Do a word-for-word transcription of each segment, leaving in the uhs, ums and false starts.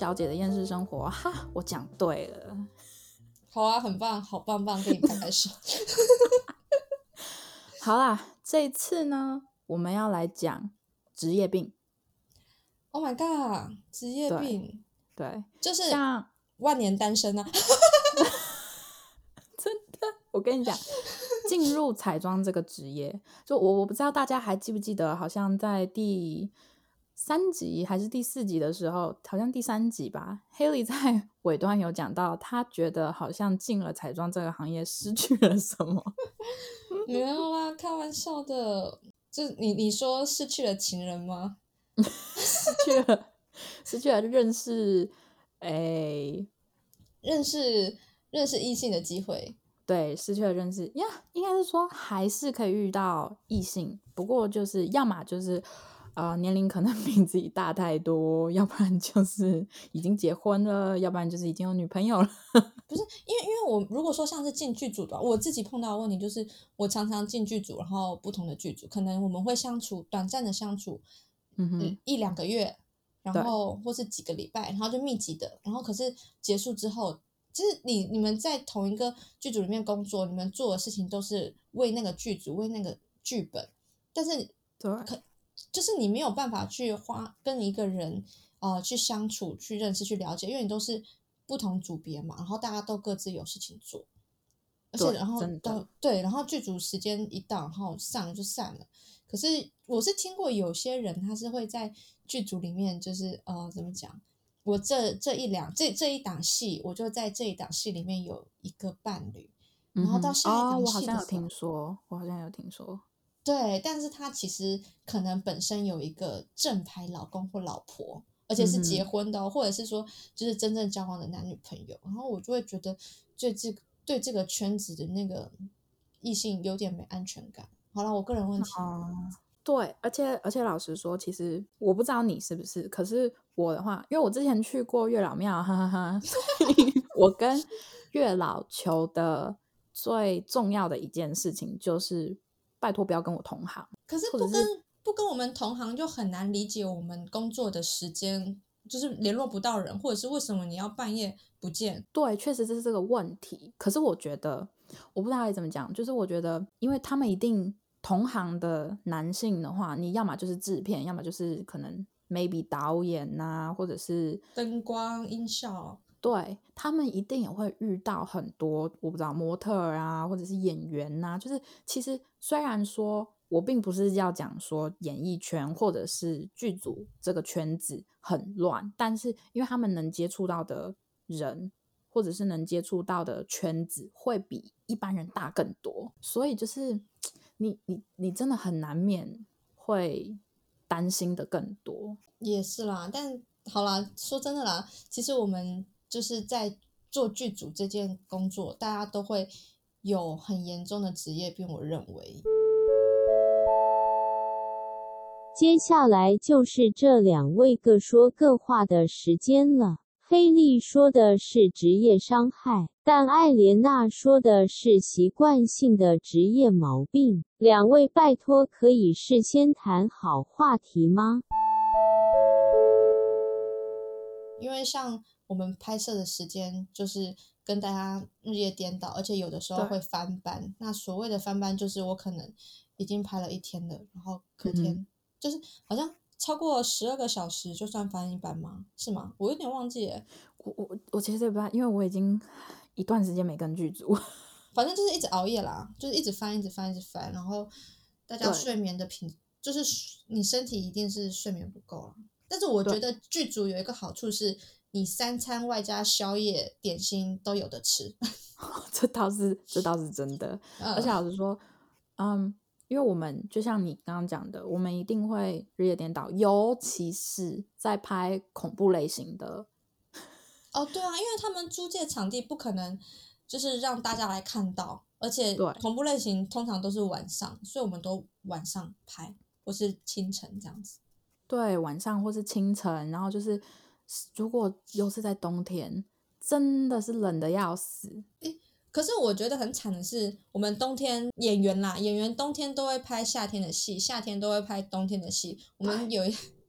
小姐的厌世生活，哈，我讲对了。 好啊，很棒，好棒棒，给你拍拍手。 好啦，这一次呢，我们要来讲职业病。 Oh my god， 职业病， 对， 就是像万年单身啊。 真的，我跟你讲，进入彩妆这个职业，就我我不知道大家还记不记得，好像在第三集还是第四集的时候，好像第三集吧，Haley 在尾端有讲到，他觉得好像进了彩妆这个行业失去了什么。 没有啦，开玩笑的。就你你说失去了情人吗？ 失去了，失去了认识，诶， 认识认识异性的机会。 对，失去了认识呀，应该是说还是可以遇到异性，不过就是要么就是呃年龄可能比自己大太多，要不然就是已经结婚了，要不然就是已经有女朋友了。 不是因为因为我如果说像是进剧组的话，我自己碰到的问题就是我常常进剧组，然后不同的剧组可能我们会相处短暂的相处， 嗯哼， 一两个月，然对后或是几个礼拜，然后就密集的，然后可是结束之后，就是你你们在同一个剧组里面工作，你们做的事情都是为那个剧组为那个剧本，但是对， 就是你没有办法去花跟一个人呃去相处、去认识、去了解，因为你都是不同组别嘛，然后大家都各自有事情做，而且对， 然后真的， 都对，然后剧组时间一到，然后散了就散了。可是我是听过有些人他是会在剧组里面，就是呃怎么讲，我这这一两这这一档戏，我就在这一档戏里面有一个伴侣，然后到嗯哼，哦， 下一档我好像有戏的时候， 听说，我好像有听说， 对，但是他其实可能本身有一个正牌老公或老婆，而且是结嗯哼， 婚的哦，或者是说就是真正交往的男女朋友，然后我就会觉得对这个对这个圈子的那个异性有点没安全感。好了，我个人问题啊。 哦，对，而且而且老实说，其实我不知道你是不是，可是我的话，因为我之前去过月老庙，哈哈哈，所以我跟月老求的最重要的一件事情就是，拜托不要跟我同行， 可是不或者是跟不跟我们同行，就很难理解我们工作的时间，就是联络不到人，或者是为什么你要半夜不见？ 对，确实这是这个问题。可是我觉得，我不知道该怎么讲，就是我觉得，因为他们一定同行的男性的话，你要么就是制片，要么就是可能 maybe 导演呐、或者是灯光、音效。 对，他们一定也会遇到很多我不知道模特儿啊，或者是演员呐、就是其实虽然说我并不是要讲说演艺圈或者是剧组这个圈子很乱，但是因为他们能接触到的人或者是能接触到的圈子会比一般人大更多，所以就是你你你真的很难免会担心的更多。 也是啦，但好啦，说真的啦，其实我们就是在做剧组这件工作，大家都会有很严重的职业病，我认为。 接下来就是这两位各说各话的时间了。黑莉说的是职业伤害，但艾莲娜说的是习惯性的职业毛病。两位拜托可以事先谈好话题吗？ 因为像我们拍摄的时间就是跟大家日夜颠倒，而且有的时候对， 会翻班。那所谓的翻班，就是我可能已经拍了一天了，然后隔嗯哼。 天就是好像超过十二个小时就算翻一班吗？是吗？我有点忘记了。 我我我其实也不知道，因为我已经一段时间没跟剧组。 反正就是一直熬夜啦，就是一直翻，一直翻，一直翻，然后大家对睡眠的品，就是你身体一定是睡眠不够了。但是我对， 觉得剧组有一个好处是，你三餐外加宵夜、点心都有的吃。 这倒是这倒是真的。而且嗯， 老实说，嗯，因为我们就像你刚刚讲的，我们一定会日夜颠倒，尤其是在拍恐怖类型的。 哦，对啊，因为他们租借场地不可能就是让大家来看到，而且对恐怖类型通常都是晚上，所以我们都晚上拍或是清晨这样子。 对，晚上或是清晨，然后就是如果又是在冬天，真的是冷的要死。 可是我觉得很惨的是，我们冬天演员啦，演员冬天都会拍夏天的戏，夏天都会拍冬天的戏。我们有一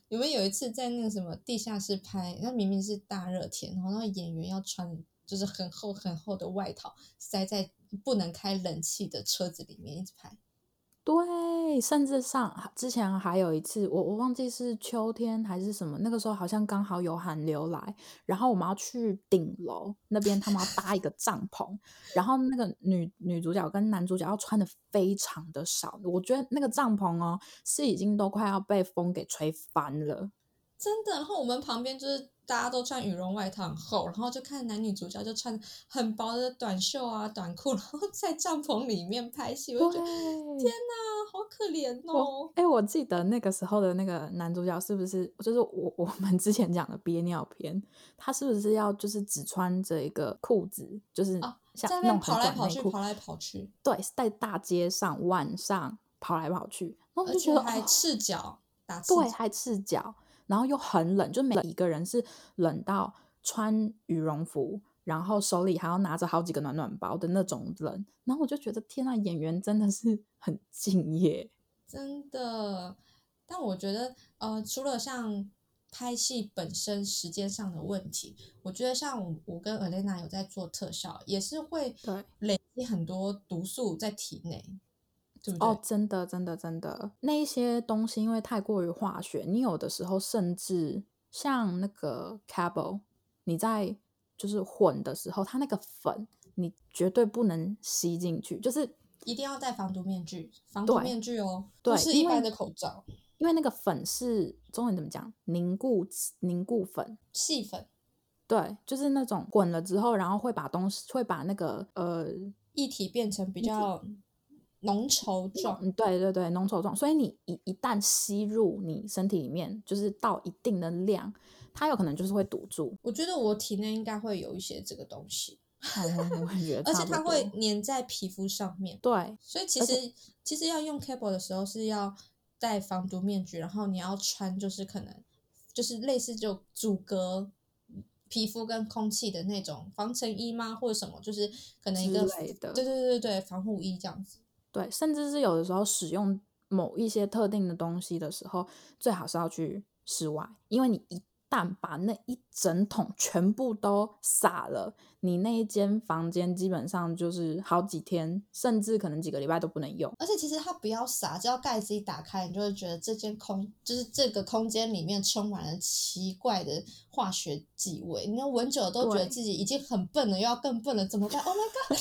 你们有一次在那个什么地下室拍，那明明是大热天，然后那个演员要穿就是很厚很厚的外套，塞在不能开冷气的车子里面一直拍。 对，甚至上之前还有一次，我我忘记是秋天还是什么，那个时候好像刚好有寒流来，然后我们要去顶楼那边，他们要搭一个帐篷，然后那个女女主角跟男主角要穿的非常的少，我觉得那个帐篷哦是已经都快要被风给吹翻了。 真的，然后我们旁边就是大家都穿羽绒外套很厚，然后就看男女主角就穿很薄的短袖啊、短裤，然后在帐篷里面拍戏，我就觉得天哪，好可怜哦！ 哎、欸，我记得那个时候的那个男主角是不是就是我我们之前讲的憋尿片？他是不是要就是只穿着一个裤子，就是啊， 像在那边那种很跑来跑去， 短内裤， 跑来跑去， 对，在大街上晚上跑来跑去，然后我而就觉得且还哦， 赤脚打赤对， 脚。 还赤脚，然后又很冷，就每一个人是冷到穿羽绒服，然后手里还要拿着好几个暖暖包的那种冷，然后我就觉得天呐，演员真的是很敬业。 真的，但我觉得，呃，除了像拍戏本身时间上的问题，我觉得像我我跟 Elena 有在做特效，也是会对， 累积很多毒素在体内，对不哦， 对？ 真的，真的，真的，那一些东西因为太过于化学，你有的时候甚至像那个 Cabo，你在就是混的时候，它那个粉你绝对不能吸进去，就是一定要戴防毒面具，防毒对面具哦，不对，因为是一般的口罩， 因为那个粉是中文怎么讲？凝固凝固粉， 细粉对，就是那种混了之后，然后会把东西会把那个呃液体变成比较浓稠状。 浓，对对对，浓稠状，所以你一一旦吸入你身体里面，就是到一定的量，它有可能就是会堵住。 我觉得我体内应该会有一些这个东西。 哦，我也觉得而且差不它会多。 粘在皮肤上面， 对， 所以其而且实其实要用 cable 的时候是要戴防毒面具，然后你要穿就是可能就是类似就阻隔皮肤跟空气的那种防尘衣吗，或者什么，就是可能一之个类的， 对对对对防护衣这样子。 对，甚至是有的时候使用某一些特定的东西的时候，最好是要去室外，因为你一旦把那一整桶全部都洒了，你那一间房间基本上就是好几天，甚至可能几个礼拜都不能用。 而且其实它不要洒，只要盖子一打开，你就会觉得这间空，就是这个空间里面充满了奇怪的化学气味。你闻久了都觉得自己已经很笨了，又要更笨了，怎么办 ？Oh my god！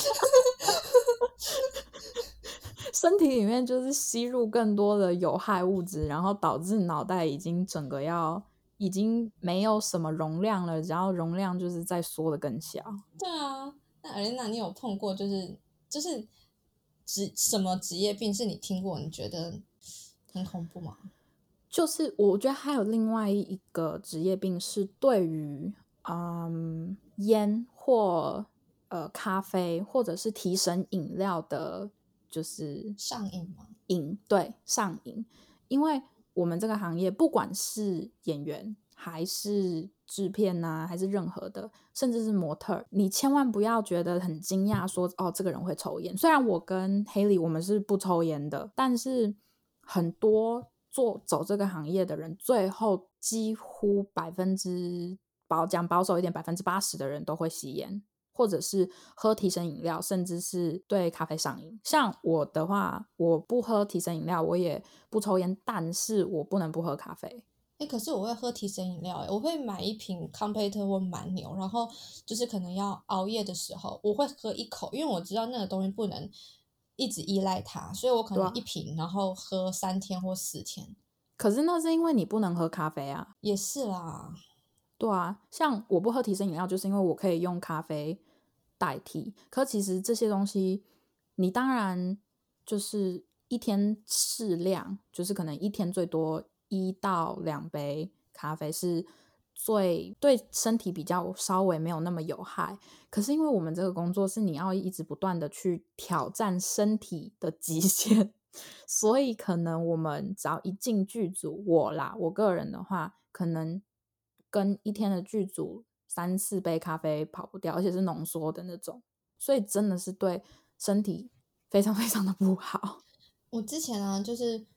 身体里面就是吸入更多的有害物质，然后导致脑袋已经整个要已经没有什么容量了，然后容量就是再缩的更小。 对啊，那艾琳娜，你有碰过就是就是职什么职业病是你听过你觉得很恐怖吗？ 就是我觉得还有另外一个职业病是对于嗯烟或呃咖啡或者是提神饮料的，就是上瘾吗？ 瘾，对，上瘾。因为我们这个行业不管是演员还是制片呐、还是任何的，甚至是模特，你千万不要觉得很惊讶说哦这个人会抽烟。虽然我跟 Haley 我们是不抽烟的，但是很多做走这个行业的人，最后几乎百分之保讲保守一点，百分之八十的人都会吸烟，或者是喝提神饮料，甚至是对咖啡上瘾。像我的话，我不喝提神饮料，我也不抽烟，但是我不能不喝咖啡。 哎，可是我会喝提神饮料，哎，我会买一瓶康佩特或蛮牛，然后就是可能要熬夜的时候，我会喝一口，因为我知道那个东西不能一直依赖它，所以我可能一瓶，然后喝三天或四天。 可是那是因为你不能喝咖啡啊。 也是啦， 对啊，像我不喝提神饮料，就是因为我可以用咖啡代替。可其实这些东西，你当然就是一天适量，就是可能一天最多一到两杯咖啡是最对身体比较稍微没有那么有害。可是因为我们这个工作是你要一直不断的去挑战身体的极限，所以可能我们只要一进剧组，我啦，我个人的话，可能跟一天的剧组三四杯咖啡跑不掉，而且是浓缩的那种，所以真的是对身体非常非常的不好。 我之前啊，就是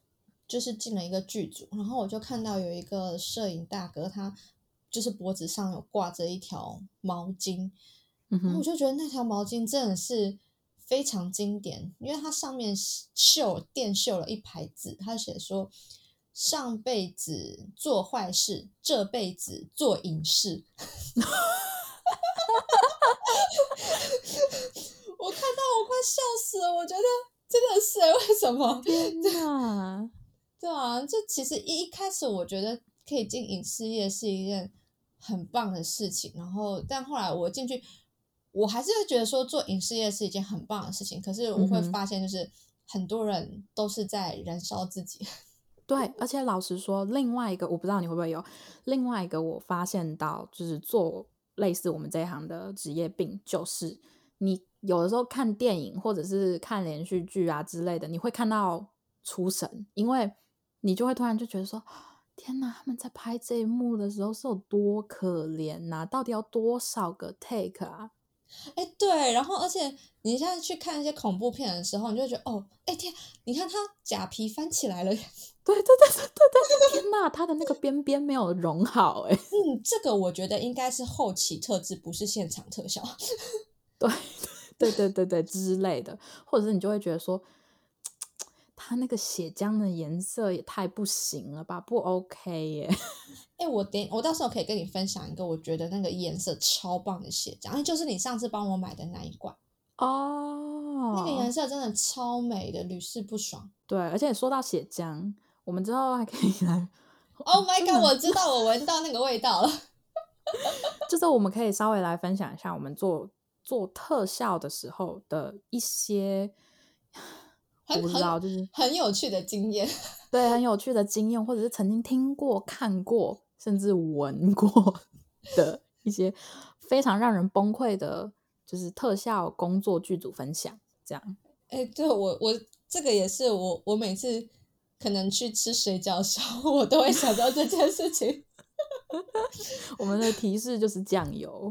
就是进了一个剧组，然后我就看到有一个摄影大哥，他就是脖子上有挂着一条毛巾， 嗯然后我哼， 就觉得那条毛巾真的是非常经典，因为它上面绣电绣了一排字，它写说上辈子做坏事，这辈子做隐士。我看到我快笑死了，我觉得真的是欸为什么？ 天哪！ 对啊，就其实一一开始我觉得可以进影视业是一件很棒的事情，然后但后来我进去，我还是会觉得说做影视业是一件很棒的事情，可是我会嗯哼， 发现就是很多人都是在燃烧自己。 对，而且老实说，另外一个我不知道你会不会有，另外一个我发现到就是做类似我们这一行的职业病，就是你有的时候看电影或者是看连续剧啊之类的，你会看到出神，因为你就会突然就觉得说，天哪，他们在拍这一幕的时候是有多可怜呐、到底要多少个 take 啊？ 哎，对，然后而且你现在去看一些恐怖片的时候，你就会觉得哦，哎天，你看他假皮翻起来了。 对对对对对对，天哪，他的那个边边没有融好、欸，哎， 嗯，这个我觉得应该是后期特制，不是现场特效。 对对对对对之类的，或者是你就会觉得说，他那个血浆的颜色也太不行了吧，不 OK 耶。 哎，我等我到时候可以跟你分享一个我觉得那个颜色超棒的血浆，哎，就是你上次帮我买的那一罐，那个颜哦， 色真的超美的，屡试不爽。 对，而且说到血浆，我们之后还可以来， Oh my 真 god！ 的我知道，我闻到那个味道了。 就是我们可以稍微来分享一下我们做做特效的时候的一些，我很不知道， 很就是很有趣的经验。 对很有趣的经验，或者是曾经听过、看过，甚至闻过的一些非常让人崩溃的，就是特效工作剧组分享。这样， 哎，对我我这个也是我我每次可能去吃水饺的时候，我都会想到这件事情。 我们的提示就是酱油。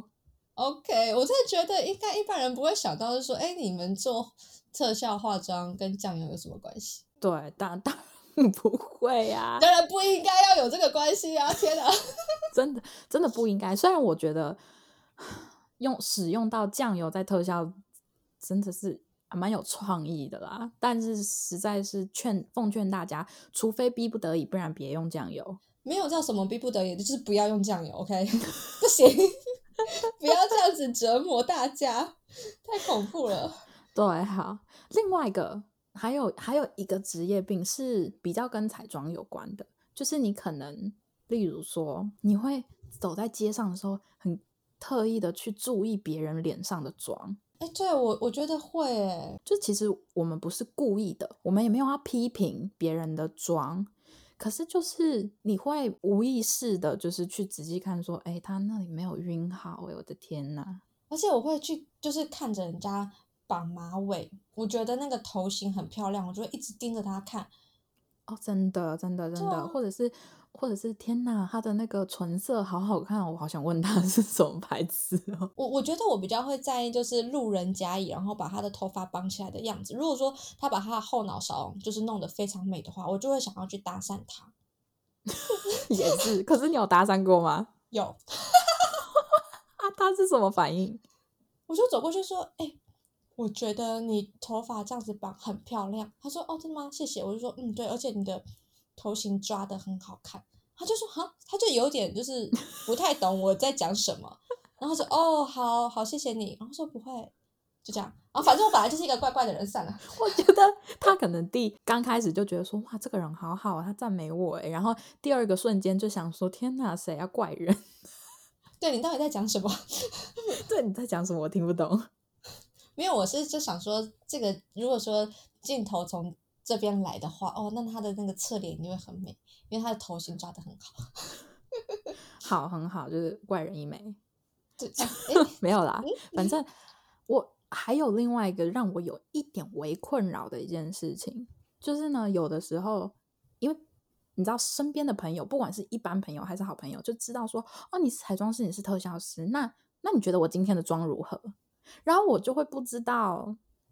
OK，我真的觉得应该一般人不会想到，是说，哎，你们做特效化妆跟酱油有什么关系？ 对，当当然不会啊， 当然不应该要有这个关系啊！天哪！ 真的真的不应该。虽然我觉得用使用到酱油在特效真的是蛮有创意的啦，但是实在是劝奉劝大家，除非逼不得已，不然别用酱油。 没有叫什么逼不得已，就是不要用酱油，OK？不行，不要这样子折磨大家，太恐怖了。 对，好，另外一个还有还有一个职业病是比较跟彩妆有关的，就是你可能例如说你会走在街上的时候，很特意的去注意别人脸上的妆。 哎，对我我觉得会，哎， 就其实我们不是故意的，我们也没有要批评别人的妆，可是就是你会无意识的，就是去仔细看说，哎，他那里没有晕好，哎，我的天哪！ 而且我会去，就是看着人家绑马尾，我觉得那个头型很漂亮，我就会一直盯着他看。 哦，真的，真的，真的， 对啊， 或者是，或者是，天哪，他的那个唇色好好看哦，我好想问他是什么牌子哦。 我我觉得我比较会在意就是路人甲乙，然后把他的头发绑起来的样子。如果说他把他的后脑勺就是弄得非常美的话，我就会想要去搭讪他。 也是，可是你有搭讪过吗？ 有， 啊，他是什么反应？ 我就走过去说：“哎、我觉得你头发这样子绑很漂亮。”他说：“哦，真的吗？谢谢。”我就说：“嗯，对，而且你的头型抓得很好看。”他就说：“哈，他就有点就是不太懂我在讲什么。”然后说：“哦，好好，谢谢你。”然后说：“不会。”就这样。然后反正我本来就是一个怪怪的人，算了。 我觉得他可能第刚开始就觉得说，哇，这个人好好啊，他赞美我诶，然后第二个瞬间就想说，天哪，谁要怪人？ 对你到底在讲什么？ 对，你在讲什么？我听不懂。 没有，我是就想说，这个如果说镜头从这边来的话，哦，那他的那个侧脸一定会很美，因为他的头型抓得很好。 好，很好，就是怪人一枚。 对，哎， 没有啦，反正我还有另外一个让我有一点微困扰的一件事情，就是呢，有的时候因为你知道身边的朋友，不管是一般朋友还是好朋友，就知道说，哦，你是彩妆师，你是特效师，那那你觉得我今天的妆如何？然后我就会不知道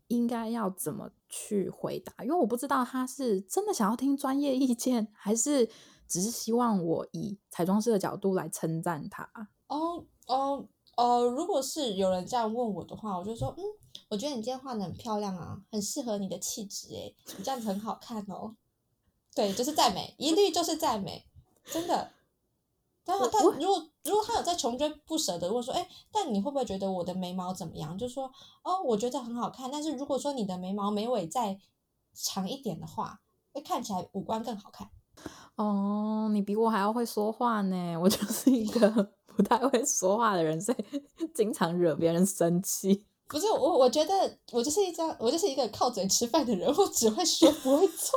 应该要怎么去回答，因为我不知道他是真的想要听专业意见，还是只是希望我以彩妆师的角度来称赞他。 哦哦哦，如果是有人这样问我的话，我就说，嗯，我觉得你今天画的很漂亮啊，很适合你的气质诶，你这样子很好看哦。对，就是赞美，一律就是赞美，真的。但他他如果如果他有在穷追不舍的问说，哎，但你会不会觉得我的眉毛怎么样？就说哦，我觉得很好看，但是如果说你的眉毛眉尾再长一点的话，会看起来五官更好看。 哦，你比我还要会说话呢，我就是一个不太会说话的人，所以经常惹别人生气。 不是我，我觉得我就是一张，我就是一个靠嘴吃饭的人，我只会说不会做，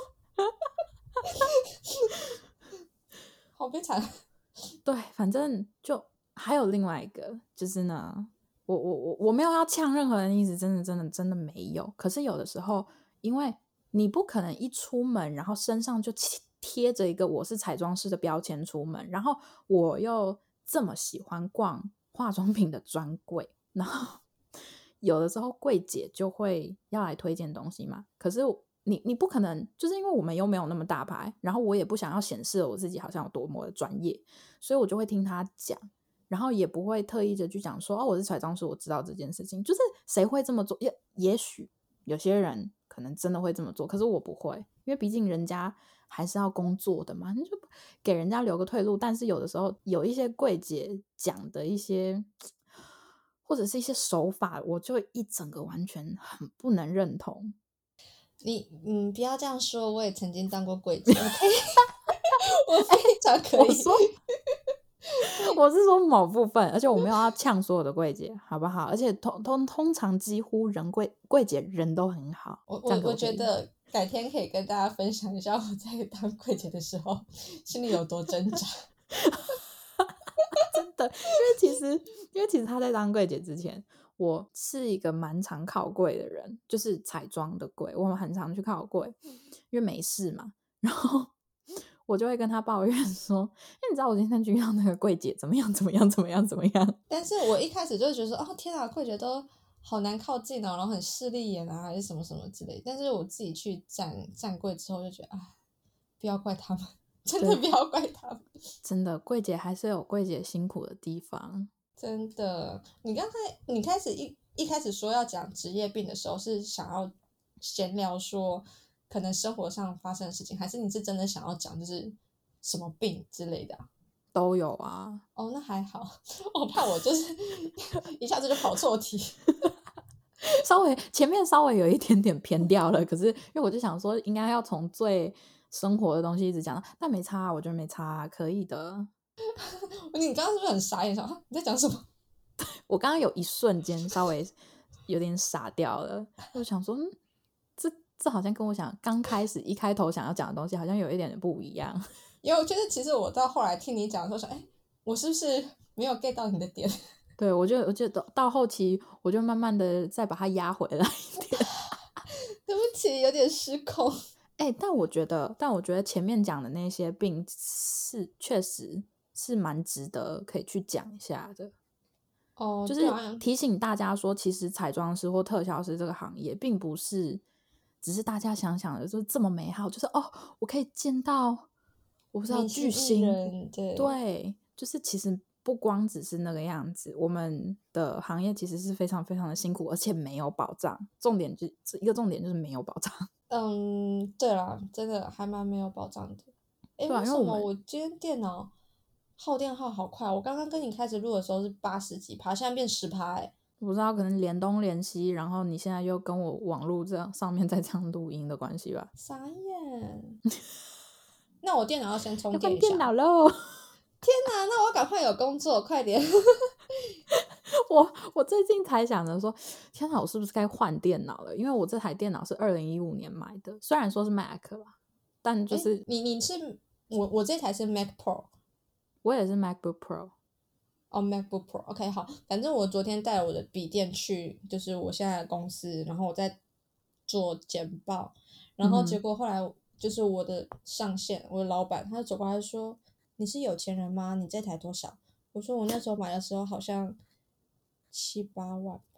好悲惨。 对，反正就还有另外一个，就是呢，我我我我没有要呛任何人的意思，真的真的真的没有。可是有的时候，因为你不可能一出门，然后身上就贴着一个我是彩妆师的标签出门，然后我又这么喜欢逛化妆品的专柜，然后有的时候柜姐就会要来推荐东西嘛，可是你你不可能，就是因为我们又没有那么大牌，然后我也不想要显示我自己好像有多么的专业，所以我就会听他讲，然后也不会特意的去讲说哦，我是彩妆师，我知道这件事情，就是谁会这么做？也也许有些人可能真的会这么做，可是我不会，因为毕竟人家还是要工作的嘛，你就给人家留个退路。但是有的时候有一些柜姐讲的一些或者是一些手法，我就一整个完全很不能认同。 你嗯，不要这样说，我也曾经当过柜姐，我可以，我非常可以。 我说我是说某部分，而且我没有要呛所有的柜姐，好不好？而且通通通常几乎人柜柜姐人都很好。 我我我觉得改天可以跟大家分享一下我在当柜姐的时候心里有多挣扎。 真的，因为其实因为其实他在当柜姐之前，我是一个蛮常靠柜的人，就是彩妆的柜，我们很常去靠柜，因为没事嘛。然后我就会跟他抱怨说：“哎，你知道我今天去遇到那个柜姐怎么样怎么样怎么样怎么样？” 但是我一开始就觉得说，哦天啊，柜姐都好难靠近哦，然后很势利眼啊，还是什么什么之类。但是我自己去站站柜之后，就觉得啊，不要怪他们，真的不要怪他们。 真的，柜姐还是有柜姐辛苦的地方。 真的，你刚才你开始一一开始说要讲职业病的时候，是想要闲聊说可能生活上发生的事情，还是你是真的想要讲就是什么病之类的啊？ 都有啊。 哦，那还好，我怕我就是一下子就跑错题。 稍微前面稍微有一点点偏掉了，可是因为我就想说应该要从最生活的东西一直讲，但没差，我觉得没差，可以的。 你刚刚是不是很傻眼？想你在讲什么？ 我刚刚有一瞬间稍微有点傻掉了，我想说，嗯，这这好像跟我想刚开始一开头想要讲的东西好像有一点不一样。 因为我觉得其实我到后来听你讲的时候，想，哎，我是不是没有 get 到你的点？ 对，我就我觉得到后期，我就慢慢的再把它压回来一点。 对不起，有点失控。 哎、欸，但我觉得，但我觉得前面讲的那些病是确实是蛮值得可以去讲一下的。 哦， 就是提醒大家说，其实彩妆师或特效师这个行业，并不是只是大家想想的就这么美好，就是哦，我可以见到我不知道巨星， 对对，就是其实不光只是那个样子，我们的行业其实是非常非常的辛苦，而且没有保障。重点就一个重点就是没有保障。 嗯，对啦，真的还蛮没有保障的。哎，为什么我今天电脑耗电耗好快？我刚刚跟你开始录的时候是八十几趴，现在变十趴，哎， 我不知道，可能连东连西，然后你现在又跟我网络这样上面在这样录音的关系吧？ 傻眼。那我电脑要先充电一下。 要换电脑喽！ 天哪，那我要赶快有工作，快点！ 我我最近才想着说，天哪，我是不是该换电脑了？因为我这台电脑是二零一五年买的，虽然说是 Mac 啦，但就是你你是我我这台是 Mac Pro， 我也是 MacBook Pro。 哦 ，MacBook Pro，OK， 好，反正我昨天带我的笔电去，就是我现在的公司，然后我在做简报，然后结果后来就是我的上线，我的老板，他就走过来说：“你是有钱人吗？你这台多少？”我说：“我那时候买的时候好像七八万吧。”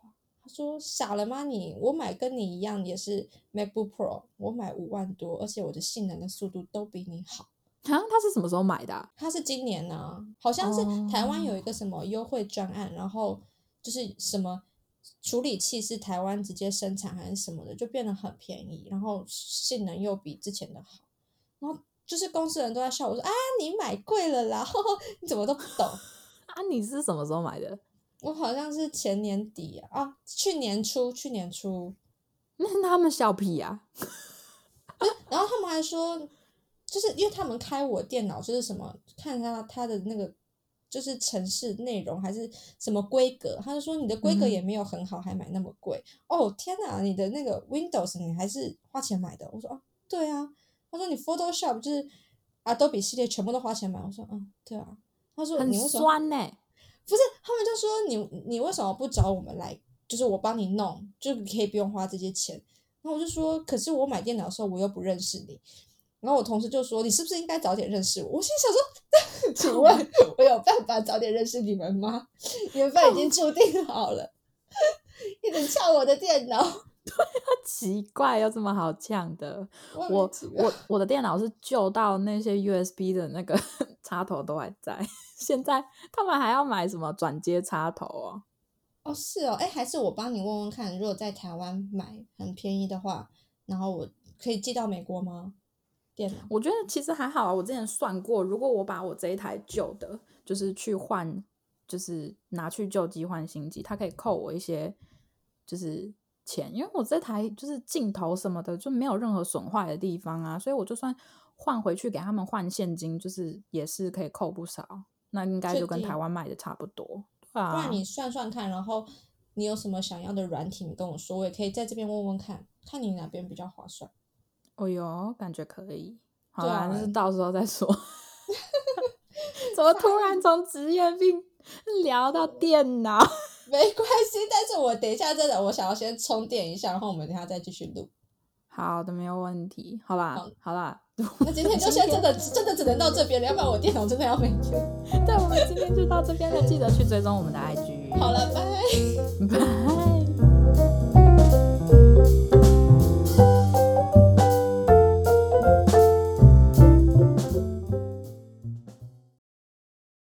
说傻了吗你？我买跟你一样也是 MacBook Pro， 我买五万多，而且我的性能跟速度都比你好。 啊，他是什么时候买的、啊？ 他是今年呢、啊，好像是台湾有一个什么优惠专案， oh. 然后就是什么处理器是台湾直接生产还是什么的，就变得很便宜，然后性能又比之前的好，然后就是公司人都在笑我说啊，你买贵了啦，呵呵，你怎么都不懂啊？你是什么时候买的？ 我好像是前年底啊，啊去年初，去年初。 那他们笑屁啊！ 然后他们还说，就是因为他们开我电脑就是什么看一下他的那个就是程式内容还是什么规格，他就说你的规格也没有很好，嗯、还买那么贵。哦天哪，你的那个 Windows 你还是花钱买的？我说哦对啊。他说你 Photoshop 就是 Adobe 系列全部都花钱买。我说嗯对啊。他说你为什么很酸欸？ 不是，他们就说你你为什么不找我们来，就是我帮你弄，就可以不用花这些钱。然后我就说，可是我买电脑的时候我又不认识你。然后我同事就说，你是不是应该早点认识我？我心想说，请问我有办法早点认识你们吗？你们班已经注定好了，一直撬我的电脑。 对啊，奇怪，有这么好呛的？我我我的电脑是旧到那些 U S B 的那个插头都还在，现在他们还要买什么转接插头哦？ 哦，是哦，哎，还是我帮你问问看，如果在台湾买很便宜的话，然后我可以寄到美国吗？电脑？ 我觉得其实还好啊，我之前算过，如果我把我这一台旧的，就是去换，就是拿去旧机换新机，它可以扣我一些，就是钱，因为我这台就是镜头什么的就没有任何损坏的地方啊，所以我就算换回去给他们换现金，就是也是可以扣不少，那应该就跟台湾卖的差不多。对啊， 不然你算算看，然后你有什么想要的软体，你跟我说，我也可以在这边问问看，看你哪边比较划算。 哦哟，感觉可以。好啦， 对啊， 就是到时候再说。怎么突然从职业病聊到电脑？ 没关系，但是我等一下真的，我想要先充电一下，然后我们等一下再继续录。 好的，没有问题。好啦，好, 好啦， 那今天就先真的真的只能到这边了，要不然我电脑真的要没电。 对，我们今天就到这边了，记得去追踪我们的 I G。 好了，拜拜。